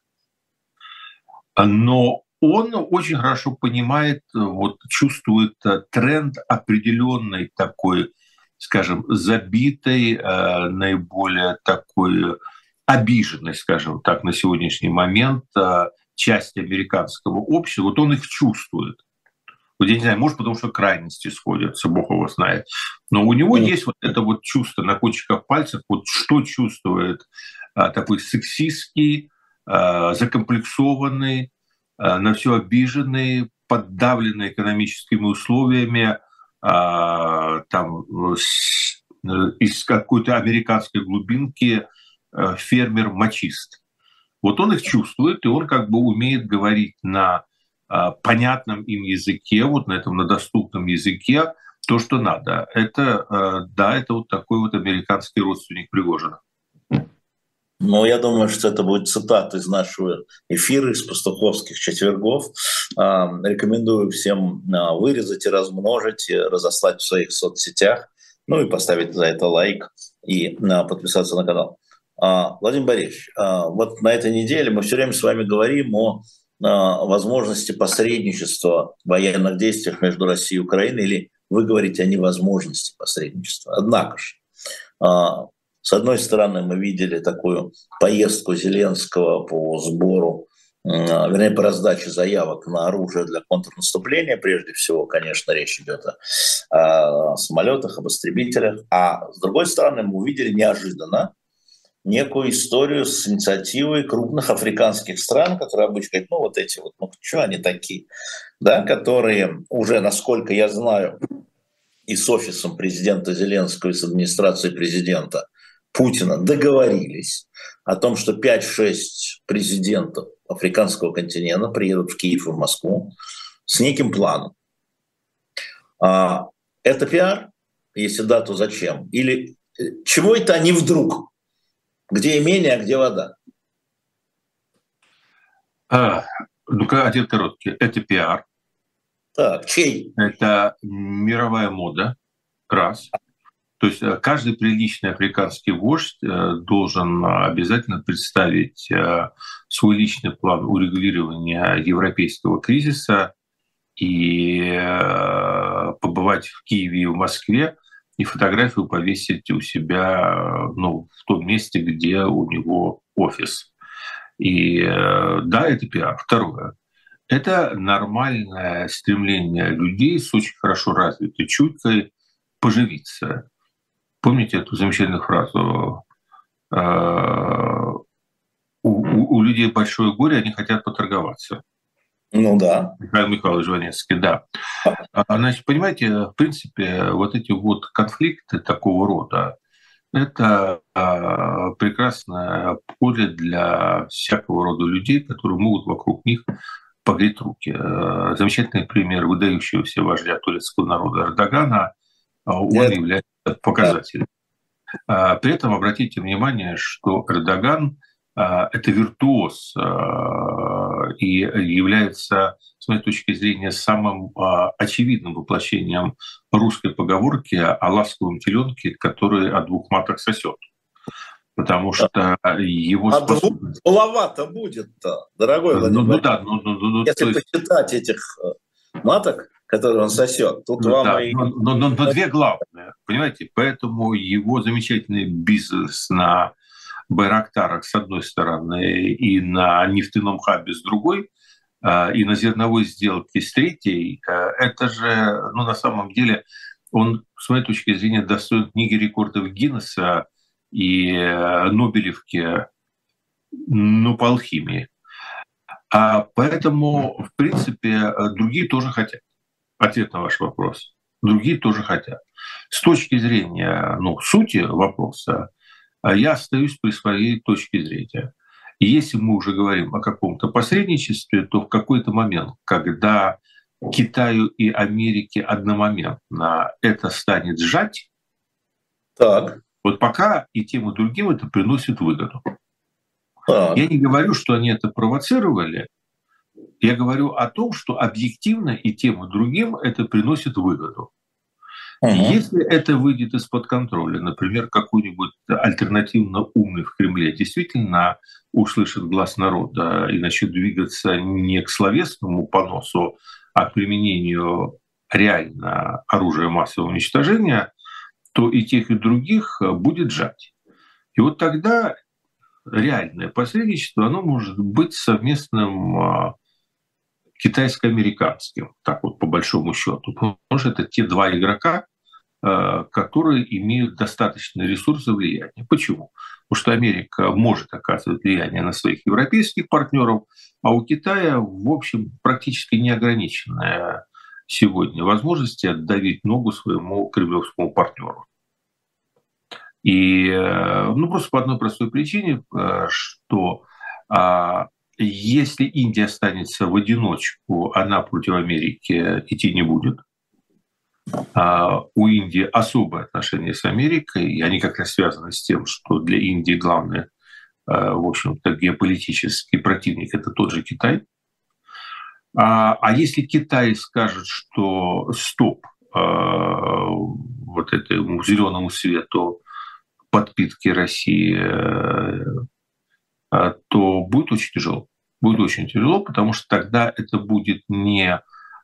Но он очень хорошо понимает, вот чувствует тренд определенной такой, скажем, забитой, наиболее такой обиженной, скажем так, на сегодняшний момент части американского общества. Вот он их чувствует. Вот я не знаю, может, потому что крайности сходятся, Бог его знает. Но у него есть вот это вот чувство на кончиках пальцев, вот что чувствует такой сексистский, закомплексованный, на все обиженный, подавленный экономическими условиями, там, из какой-то американской глубинки фермер-мачист. Вот он их чувствует, и он как бы умеет говорить на понятном им языке, вот на этом на доступном языке, то, что надо. Это, да, это вот такой вот американский родственник Пригожина. Ну, я думаю, что это будет цитата из нашего эфира, из пастуховских четвергов. Рекомендую всем вырезать и размножить, и разослать в своих соцсетях, ну и поставить за это лайк и подписаться на канал. Владимир Борисович, вот на этой неделе мы все время с вами говорим о возможности посредничества в военных действиях между Россией и Украиной, или вы говорите о невозможности посредничества. Однако же, с одной стороны, мы видели такую поездку Зеленского по сбору, вернее, по раздаче заявок на оружие для контрнаступления. Прежде всего, конечно, речь идет о самолетах, об истребителях. А с другой стороны, мы увидели неожиданно некую историю с инициативой крупных африканских стран, которые обычно говорят, ну вот эти вот, ну что они такие, да, которые уже, насколько я знаю, и с офисом президента Зеленского, и с администрацией президента Путина договорились о том, что 5-6 президентов африканского континента приедут в Киев и в Москву с неким планом. Это пиар? Если да, то зачем? Или чего это они вдруг? Где имение, а где вода? Ну-ка, один короткий. Это пиар. Так, чей? Это мировая мода. Раз. То есть каждый приличный африканский вождь должен обязательно представить свой личный план урегулирования европейского кризиса и побывать в Киеве и в Москве, и фотографию повесить у себя, ну, в том месте, где у него офис. И да, это пиар. Второе. Это нормальное стремление людей с очень хорошо развитой чуйкой поживиться. Помните эту замечательную фразу у людей большое горе, они хотят поторговаться. Ну да. Михаил Михайлович Жванецкий, да. Значит, понимаете, в принципе, вот эти вот конфликты такого рода, это прекрасное поле для всякого рода людей, которые могут вокруг них погреть руки. Замечательный пример выдающегося вождя турецкого народа Эрдогана, он является показателем. При этом обратите внимание, что Эрдоган – это виртуоз и является, с моей точки зрения, самым очевидным воплощением русской поговорки о ласковом теленке, который о двух матах сосет. Потому что его способность... Маловато будет-то, дорогой Владимир. Если почитать этих маток, которые он сосет, тут вам да, но две главные, понимаете? Поэтому его замечательный бизнес на байрактарах с одной стороны и на нефтяном хабе с другой, и на зерновой сделке с третьей, это же, на самом деле, он, с моей точки зрения, достоин книги рекордов Гиннесса и Нобелевки, по алхимии. Поэтому, в принципе, другие тоже хотят. Ответ на ваш вопрос. Другие тоже хотят. С точки зрения сути вопроса, я остаюсь при своей точке зрения. И если мы уже говорим о каком-то посредничестве, то в какой-то момент, когда Китаю и Америке одномоментно это станет сжать, так. Вот пока и тем, и другим это приносит выгоду. Я не говорю, что они это провоцировали, я говорю о том, что объективно и тем, и другим это приносит выгоду. Если это выйдет из-под контроля, например, какой-нибудь альтернативно умный в Кремле действительно услышит глаз народа и начнет двигаться не к словесному поносу, а к применению реально оружия массового уничтожения, то и тех, и других будет сжать. И вот тогда реальное посредничество, оно может быть совместным китайско-американским, так вот по большому счету, потому что это те два игрока, которые имеют достаточные ресурсы влияния. Почему? Потому что Америка может оказывать влияние на своих европейских партнеров, а у Китая, в общем, практически неограниченная сегодня возможность отдавить ногу своему кремлевскому партнеру. И просто по одной простой причине, что если Индия останется в одиночку, она против Америки идти не будет. У Индии особые отношения с Америкой, и они как раз связаны с тем, что для Индии главный, в общем-то, геополитический противник – это тот же Китай. А если Китай скажет, что стоп вот этому зеленому свету подпитки России, то будет очень тяжело. Будет очень тяжело, потому что тогда это будет не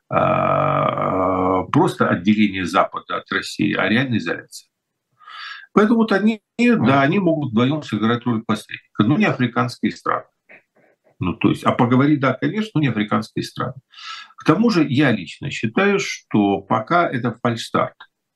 просто отделение Запада от России, а реальная изоляция. Поэтому вот они могут вдвоем сыграть роль посредника, но не африканские страны. Поговорить, да, конечно, но не африканские страны. К тому же я лично считаю, что пока это фальстарт.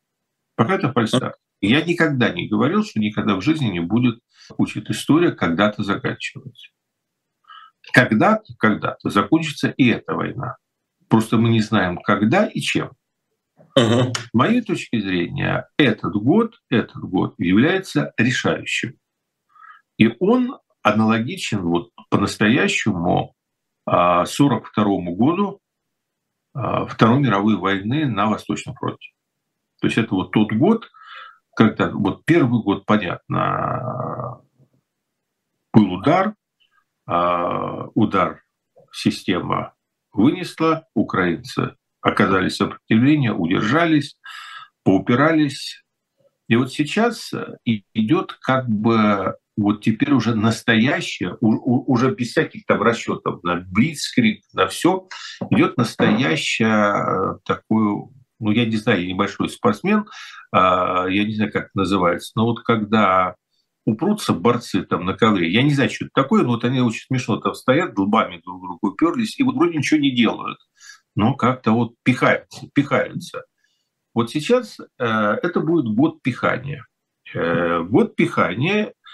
Я никогда не говорил, что никогда в жизни не будет, учит история, когда-то заканчиваться. Когда-то закончится и эта война. Просто мы не знаем, когда и чем. С моей точки зрения, этот год является решающим. И он аналогичен по-настоящему 1942 году Второй мировой войны на Восточном фронте. То есть это тот год, когда первый год, понятно, был удар система вынесла, украинцы оказали сопротивление, удержались, поупирались. И сейчас идет теперь уже настоящее, уже без всяких там расчетов на блицкриг, на все, идет настоящее такое, я не знаю, я небольшой спортсмен, я не знаю, как это называется, но когда упрутся борцы там на ковре, я не знаю, что это такое, но они очень смешно там стоят, лбами друг к другу уперлись, и вроде ничего не делают, но как-то пихаются. Вот сейчас это будет год пихания. Год пихания,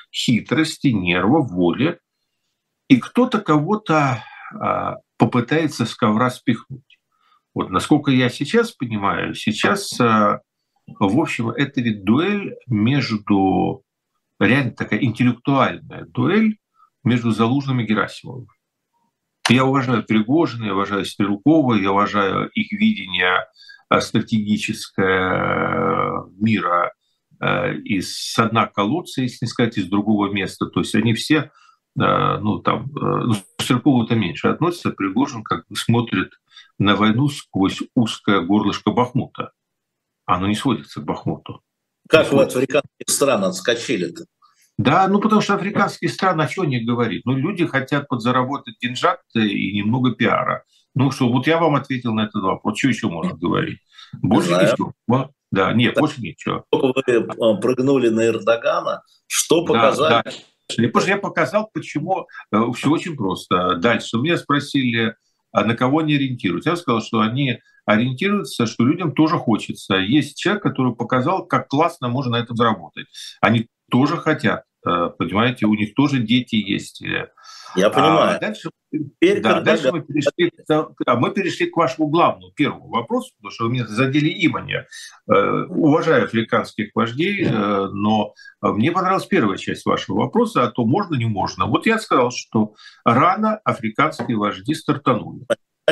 хитрости, нерва, воли, и кто-то кого-то попытается с ковра спихнуть. Вот, насколько я сейчас понимаю, сейчас, в общем, это ведь дуэль между, реально такая интеллектуальная дуэль между Залужным и Герасимовым. Я уважаю Пригожина, я уважаю Стрелкова, я уважаю их видение стратегическое мира с дна колодца, если не сказать, из другого места. То есть они все, Стрелкову-то меньше относятся, Пригожин как бы смотрит на войну сквозь узкое горлышко Бахмута. Оно не сводится к Бахмуту. Как вы от африканских стран отскочили-то? Да, потому что африканские страны, о чем они говорят? Люди хотят подзаработать деньжат и немного пиара. Вот я вам ответил на этот вопрос. Что еще можно говорить? Больше ничего. Да, нет, больше ничего. Вы прыгнули на Эрдогана, что показали? Да. Потому что я показал, почему. Все очень просто. Дальше. Меня спросили, а на кого они ориентируются. Я сказал, что они ориентируются, что людям тоже хочется. Есть человек, который показал, как классно можно на этом заработать. Они тоже хотят, понимаете, у них тоже дети есть. Я понимаю. Дальше мы перешли к вашему главному, первому вопросу, потому что вы меня задели имени. Уважаю африканских вождей, но мне понравилась первая часть вашего вопроса, а то можно, не можно. Вот я сказал, что рано африканские вожди стартанули.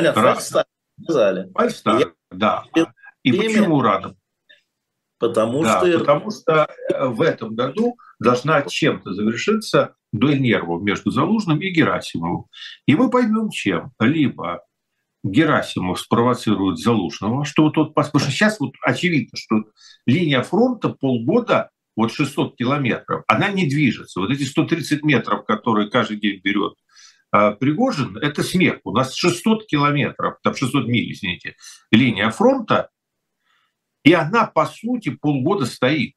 Фальстарт, да. И почему рано? Потому что в этом году должна чем-то завершиться дуэль нервов между Залужным и Герасимовым. И мы поймем, чем. Либо Герасимов спровоцирует Залужного, что потому что сейчас очевидно, что линия фронта полгода, 600 километров, она не движется. Эти 130 метров, которые каждый день берет Пригожин, это смех. У нас 600 километров, 600 миль, извините, линия фронта, и она, по сути, полгода стоит.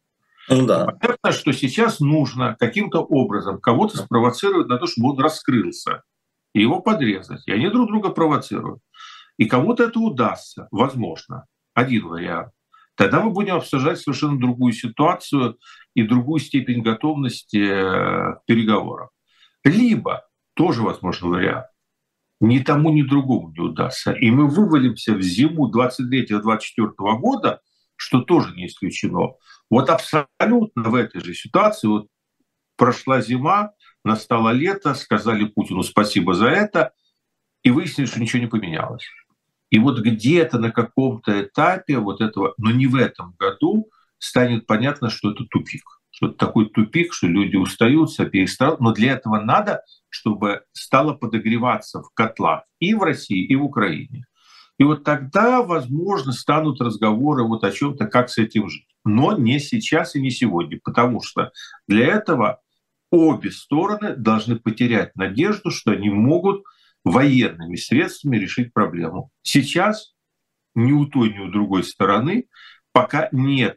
Да. Понятно, что сейчас нужно каким-то образом кого-то спровоцировать на то, чтобы он раскрылся, и его подрезать. И они друг друга провоцируют. И кому-то это удастся, возможно. Один вариант. Тогда мы будем обсуждать совершенно другую ситуацию и другую степень готовности к переговорам. Либо, тоже возможный вариант, ни тому, ни другому не удастся. И мы вывалимся в зиму 23-24 года, что тоже не исключено. Абсолютно в этой же ситуации прошла зима, настало лето, сказали Путину спасибо за это, и выяснили, что ничего не поменялось. И где-то на каком-то этапе этого, но не в этом году, станет понятно, что это тупик. Что это такой тупик, что люди устают с обеих сторон. Но для этого надо, чтобы стало подогреваться в котлах и в России, и в Украине. И тогда, возможно, станут разговоры о чем-то, как с этим жить. Но не сейчас и не сегодня, потому что для этого обе стороны должны потерять надежду, что они могут военными средствами решить проблему. Сейчас ни у той, ни у другой стороны пока нет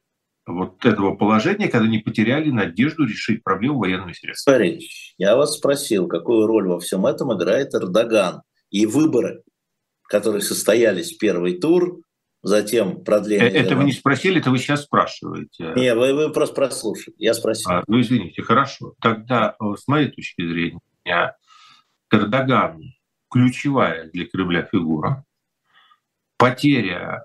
этого положения, когда не потеряли надежду решить проблему военными средствами. Смотрите, я вас спросил, какую роль во всем этом играет Эрдоган и выборы, которые состоялись, первый тур, затем продление. Это вы не спросили, это вы сейчас спрашиваете. Не, вы просто прослушали. Я спросил. Извините, хорошо. Тогда, с моей точки зрения, Эрдоган ключевая для Кремля фигура. Потеря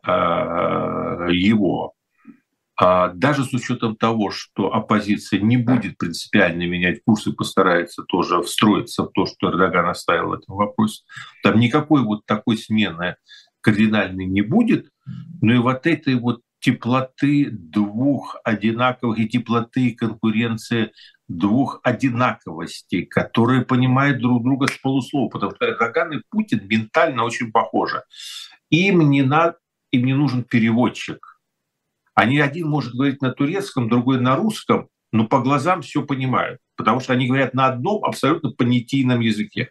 его, даже с учетом того, что оппозиция не будет принципиально менять курс и постарается тоже встроиться в то, что Эрдоган оставил в этом вопросе, там никакой такой смены кардинальной не будет, но и этой теплоты двух одинаковых, и теплоты и конкуренции двух одинаковостей, которые понимают друг друга с полуслова, потому что Эрдоган и Путин ментально очень похожи. Им не нужен переводчик. Один может говорить на турецком, другой на русском, но по глазам все понимают, потому что они говорят на одном абсолютно понятийном языке.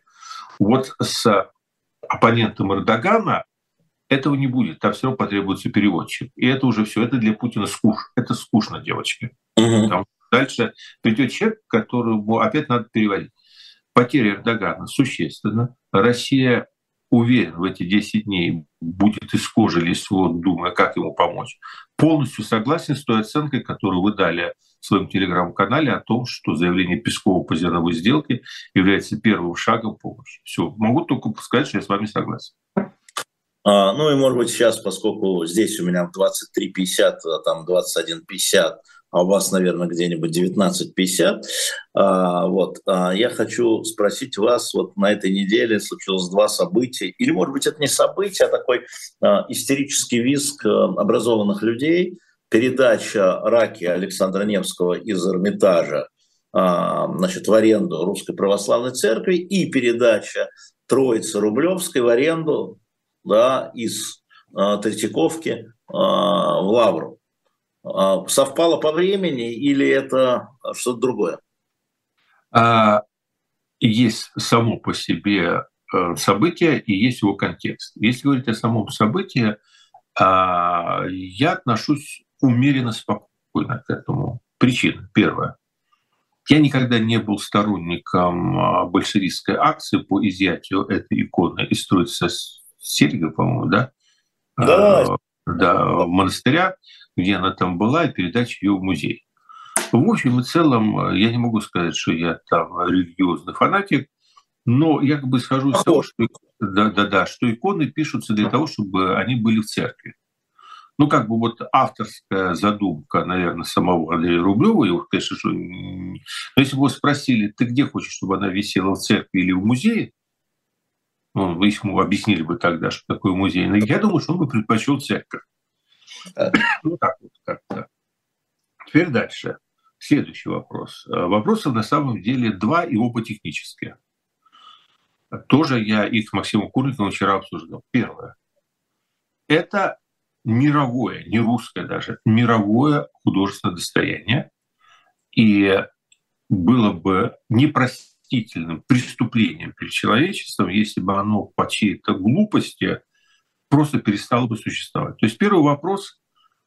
С оппонентом Эрдогана этого не будет, там все равно потребуется переводчик. И это уже все, это для Путина скучно. Это скучно, девочки. Дальше придет человек, которому опять надо переводить. Потеря Эрдогана существенна. Россия уверен, в эти 10 дней будет из кожи лезть вот, думая, как ему помочь. Полностью согласен с той оценкой, которую вы дали в своем телеграм-канале о том, что заявление Пескова по зерновой сделке является первым шагом помощи. Все, могу только сказать, что я с вами согласен. Ну и, может быть, сейчас, поскольку здесь у меня 23:50, а там 21:50, а у вас, наверное, где-нибудь 19:50, я хочу спросить вас, вот на этой неделе случилось 2 события, или, может быть, это не событие, а такой истерический визг образованных людей, передача Раки Александра Невского из Эрмитажа в аренду Русской Православной Церкви и передача Троицы Рублевской в аренду из Третьяковки в Лавру. Совпало по времени или это что-то другое? Есть само по себе событие и есть его контекст. Если говорить о самом событии, я отношусь умеренно спокойно к этому. Причина первая. Я никогда не был сторонником большевистской акции по изъятию этой иконы из Троицы Сельга, по-моему, монастыря, где она там была, и передача ее в музей. В общем и целом, я не могу сказать, что я там религиозный фанатик, но я как бы схожу из того, что иконы пишутся для того, чтобы они были в церкви. Ну, как бы вот авторская задумка, наверное, самого Андрея Рублева, и, конечно, что... Но если бы вы спросили, ты где хочешь, чтобы она висела, в церкви или в музее, вы ему объяснили бы тогда, что такое музей. Но я думаю, что он бы предпочел церковь. Ну, так вот как-то. Теперь дальше. Следующий вопрос. Вопросов на самом деле 2, и оба технические. Тоже я их с Максимом Курниковым вчера обсуждал. Первое. Это мировое, не русское даже, мировое художественное достояние. И было бы непростительным преступлением перед человечеством, если бы оно по чьей-то глупости просто перестало бы существовать. То есть первый вопрос,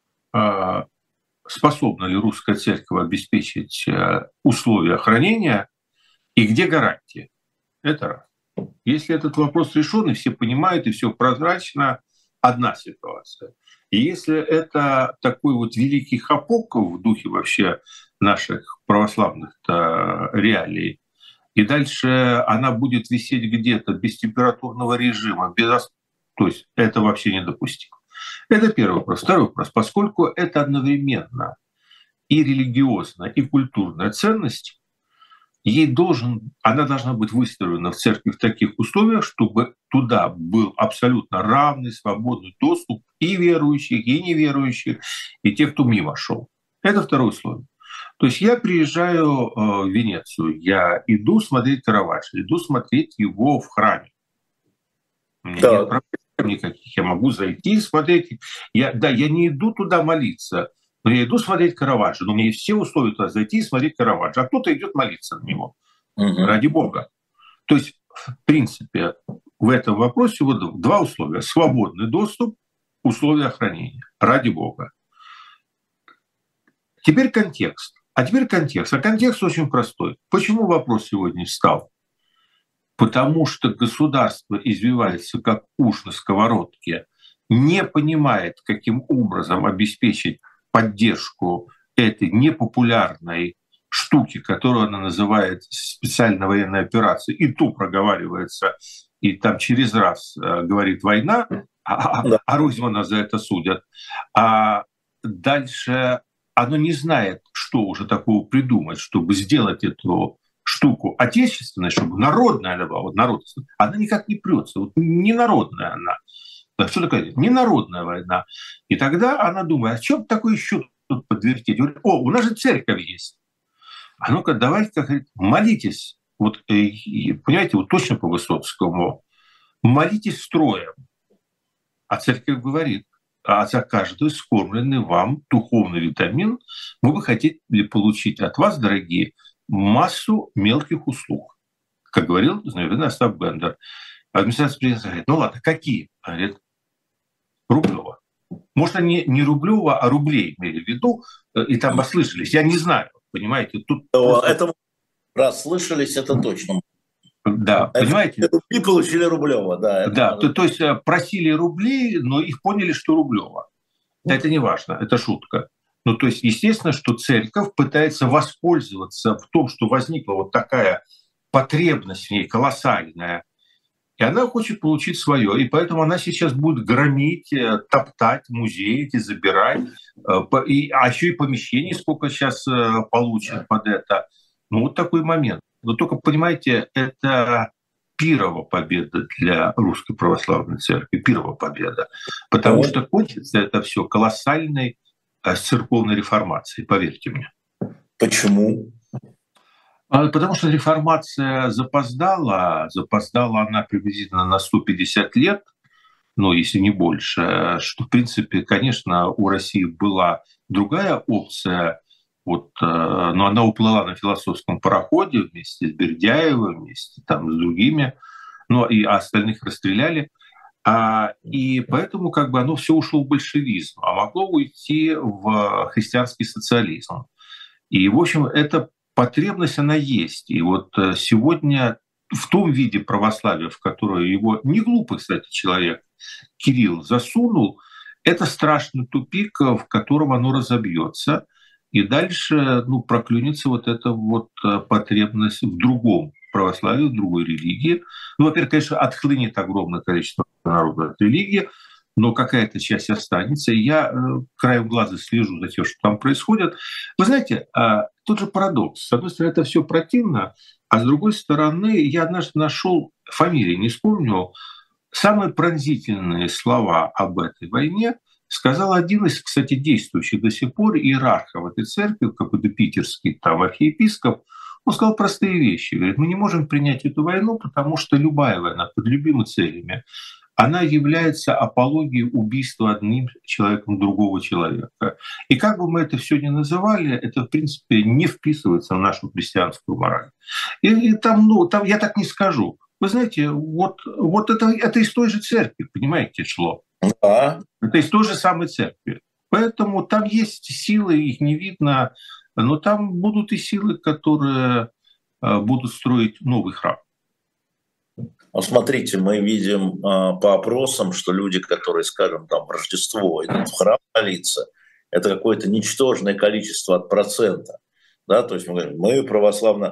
способна ли русская церковь обеспечить условия хранения и где гарантии? Это раз. Если этот вопрос решен, и все понимают, и все прозрачно, одна ситуация. И если это такой вот великий хапок в духе вообще наших православных реалий, и дальше она будет висеть где-то без температурного режима, то есть это вообще недопустимо. Это первый вопрос. Второй вопрос. Поскольку это одновременно и религиозная, и культурная ценность, она должна быть выстроена в церкви в таких условиях, чтобы туда был абсолютно равный, свободный доступ и верующих, и неверующих, и тех, кто мимо шел. Это второе условие. То есть я приезжаю в Венецию, я иду смотреть Караваджо, иду смотреть его в храме. У меня нет проблем никаких, я могу зайти и смотреть. Я не иду туда молиться, но я иду смотреть Караваджо. Но у меня есть все условия туда зайти и смотреть Караваджо. А кто-то идет молиться на него. Ради Бога. То есть, в принципе, в этом вопросе вот 2 условия. Свободный доступ, условия хранения. Ради Бога. Теперь контекст. А контекст очень простой. Почему вопрос сегодня встал? Потому что государство извивается как уж на сковородке, не понимает, каким образом обеспечить поддержку этой непопулярной штуки, которую она называет специальной военной операцией, и то проговаривается, и там через раз говорит война, а Ройзмана за это судят. А дальше оно не знает, что уже такого придумать, чтобы сделать эту штуку отечественной, чтобы народная она была. Вот народная. Она никак не прется. Вот не народная она. Что такое? Ненародная война. И тогда она думает, а что такое еще тут подвертеть? Говорит, у нас же церковь есть. А ну-ка, давайте, молитесь. Вот, понимаете, вот точно по Высоцкому. Молитесь строем. А церковь говорит, а за каждый скормленный вам духовный витамин мы бы хотели получить от вас, дорогие, массу мелких услуг. Как говорил знаменитый Остап Бендер. Администрация президента говорит, ну ладно, какие? Она говорит, Рублева. Может, они не Рублева, а рублей имели в виду, и там ослышались. Я не знаю, понимаете. Тут это раз слышались, это точно. Да, понимаете? Рубли получили Рублева, да. Да, то есть просили рублей, но их поняли, что Рублева. Это не важно, это шутка. Ну, то есть, естественно, что церковь пытается воспользоваться в том, что возникла вот такая потребность в ней колоссальная, и она хочет получить свое. И поэтому она сейчас будет громить, топтать музеи эти, забирать. А еще и помещений сколько сейчас получат под это. Ну, вот такой момент. Но только, понимаете, это пирова победа для Русской Православной Церкви. Пирова победа. Потому что кончится это все колоссальной церковной реформацией, поверьте мне. Почему? Потому что реформация запоздала она приблизительно на 150 лет, ну, если не больше, что, в принципе, конечно, у России была другая опция, вот, но она уплыла на философском пароходе вместе с Бердяевым, вместе там, с другими, ну, и остальных расстреляли. И поэтому как бы оно все ушло в большевизм, а могло уйти в христианский социализм. И, в общем, эта потребность, она есть. И вот сегодня в том виде православия, в которое его не глупый, кстати, человек Кирилл засунул, это страшный тупик, в котором оно разобьется. И дальше проклюнется вот эта вот потребность в другом православии, в другой религии. Ну, во-первых, конечно, отхлынет огромное количество народа от религии, но какая-то часть останется. И я краем глаза слежу за тем, что там происходит. Вы знаете, тут же парадокс. С одной стороны, это все противно, а с другой стороны, я однажды нашел, фамилии не вспомню, самые пронзительные слова об этой войне сказал один из, кстати, действующих до сих пор иерархов этой церкви, какой-то питерский там архиепископ. Он сказал простые вещи. Говорит, мы не можем принять эту войну, потому что любая война под любыми целями, она является апологией убийства одним человеком другого человека. И как бы мы это все ни называли, это, в принципе, не вписывается в нашу христианскую мораль. И там, я так не скажу. Вы знаете, вот это из той же церкви, понимаете, шло. Да. Это из той же самой церкви. Поэтому там есть силы, их не видно, но там будут и силы, которые будут строить новый храм. Ну, смотрите, мы видим по опросам, что люди, которые, скажем, там в Рождество идут в храм молиться, это какое-то ничтожное количество от процента. Да? То есть мы говорим, мы православно,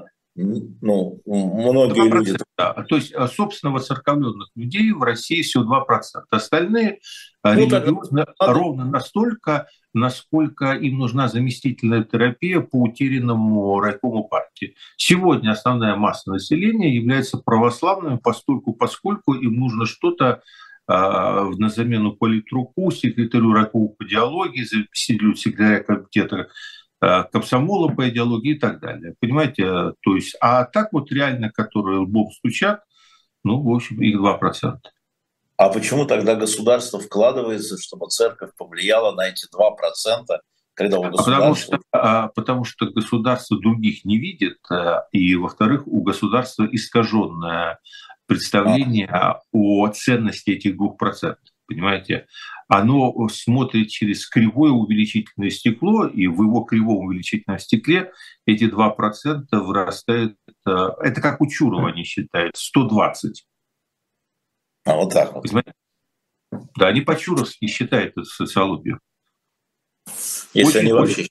многие люди... Да. То есть, собственно, воцерковленных людей в России всего 2%. Остальные религиозны ровно настолько, насколько им нужна заместительная терапия по утерянному райкому партии. Сегодня основная масса населения является православными, поскольку им нужно что-то на замену политруку, секретарю райкома по диалогии, секретаря комитета комсомола по идеологии и так далее. Понимаете? То есть, а так вот реально, которые лбом стучат, в общем, их 2%. А почему тогда государство вкладывается, чтобы церковь повлияла на эти 2%, когда у государства... Потому что государство других не видит, и, во-вторых, у государства искаженное представление о ценности этих 2%. Понимаете? Оно смотрит через кривое увеличительное стекло, и в его кривом увеличительном стекле эти 2% вырастают. Это как у Чурова они считают, 120. Вот так вот. Понимаете? Да, они по-чуровски считают эту социологию. Если очень они вообще...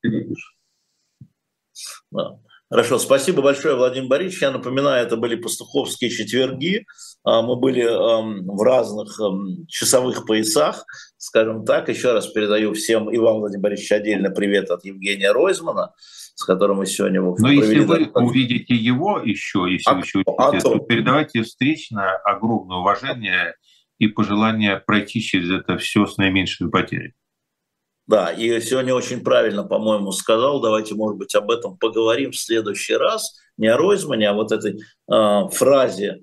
Да. Хорошо, спасибо большое, Владимир Борисович. Я напоминаю, это были пастуховские четверги. Мы были в разных часовых поясах, скажем так. Еще раз передаю всем и вам, Владимир Борисович, отдельно привет от Евгения Ройзмана, с которым мы сегодня провели... если вы увидите его еще, то передавайте встречно огромное уважение и пожелание пройти через это все с наименьшими потерями. Да, и сегодня очень правильно, по-моему, сказал, давайте, может быть, об этом поговорим в следующий раз, не о Ройзмане, а вот этой фразе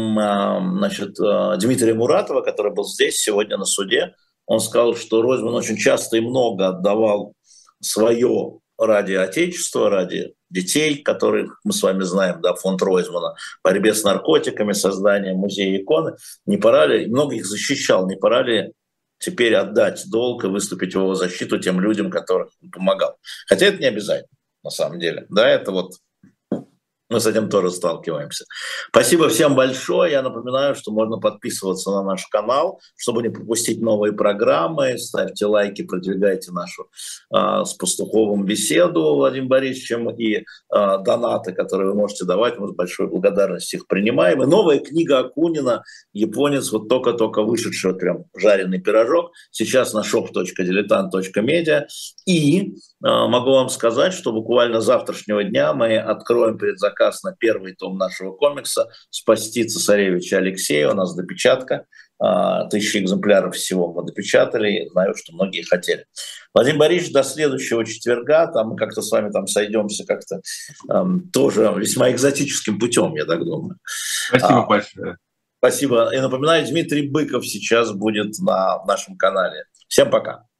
Дмитрия Муратова, который был здесь сегодня на суде. Он сказал, что Ройзман очень часто и много отдавал свое ради Отечества, ради детей, которых мы с вами знаем, да, фонд Ройзмана, борьбе с наркотиками, создание музея иконы. Не пора ли, много их защищал, не пора ли теперь отдать долг и выступить в его защиту тем людям, которым он помогал. Хотя это не обязательно, на самом деле. Да, это вот Мы с этим тоже сталкиваемся. Спасибо всем большое. Я напоминаю, что можно подписываться на наш канал, чтобы не пропустить новые программы. Ставьте лайки, продвигайте нашу с Пастуховым беседу Владимиром Борисовичем и донаты, которые вы можете давать. Мы с большой благодарностью их принимаем. И новая книга Акунина «Японец», вот только-только вышедший, вот прям жареный пирожок, сейчас на shop.diletant.media. И могу вам сказать, что буквально с завтрашнего дня мы откроем предзаказ на первый том нашего комикса «Спасти цесаревича Алексея». У нас допечатка. 1000 экземпляров всего мы допечатали. Знаю, что многие хотели. Владимир Борисович, до следующего четверга. Там мы как-то с вами там сойдемся как-то тоже весьма экзотическим путем, я так думаю. Спасибо большое. Спасибо. И напоминаю, Дмитрий Быков сейчас будет на нашем канале. Всем пока.